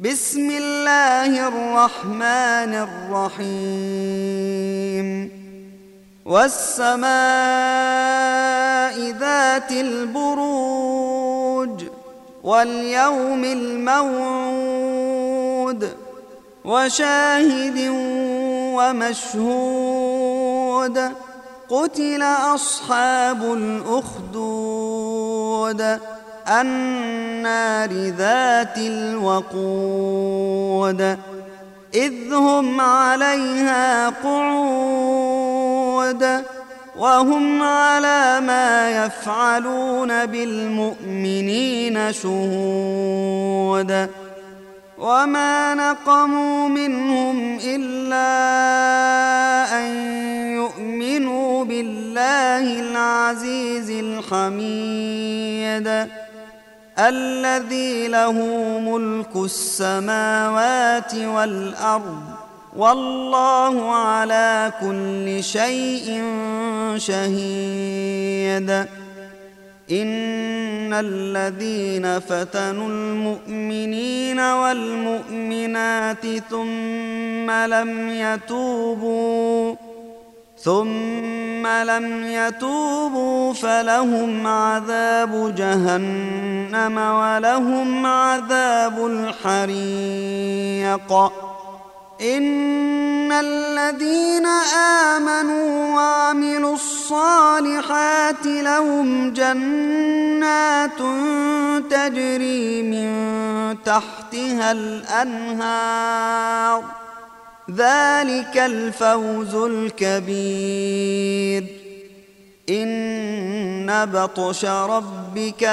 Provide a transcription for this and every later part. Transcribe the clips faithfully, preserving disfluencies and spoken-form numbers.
بسم الله الرحمن الرحيم والسماء ذات البروج واليوم الموعود وشاهد ومشهود قتل أصحاب الأخدود النار ذات الوقود إذ هم عليها قعود وهم على ما يفعلون بالمؤمنين شهود وما نقموا منهم إلا أن يؤمنوا بالله العزيز الحميد الذي له ملك السماوات والأرض والله على كل شيء شهيد إن الذين فتنوا المؤمنين والمؤمنات ثم لم يتوبوا ثم لم يتوبوا فلهم عذاب جهنم ولهم عذاب الحريق إن الذين آمنوا وعملوا الصالحات لهم جنات تجري من تحتها الأنهار ذلك الفوز الكبير إن بطش ربك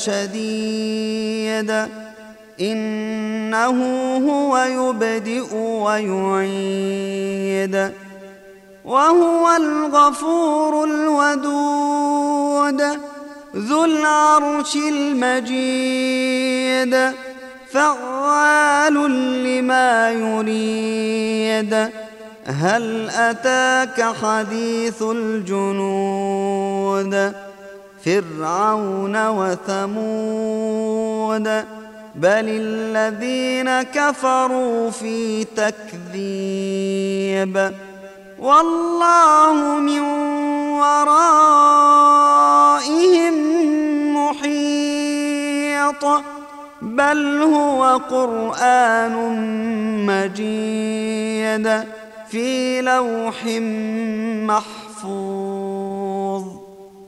لشديد إنه هو يبدئ ويعيد وهو الغفور الودود ذو العرش المجيد فعال لما يريد هل أتاك حديث الجنود فرعون وثمود بل الذين كفروا في تكذيب والله من ورائهم محيط بل هو قرآن مجيد في لوح محفوظ.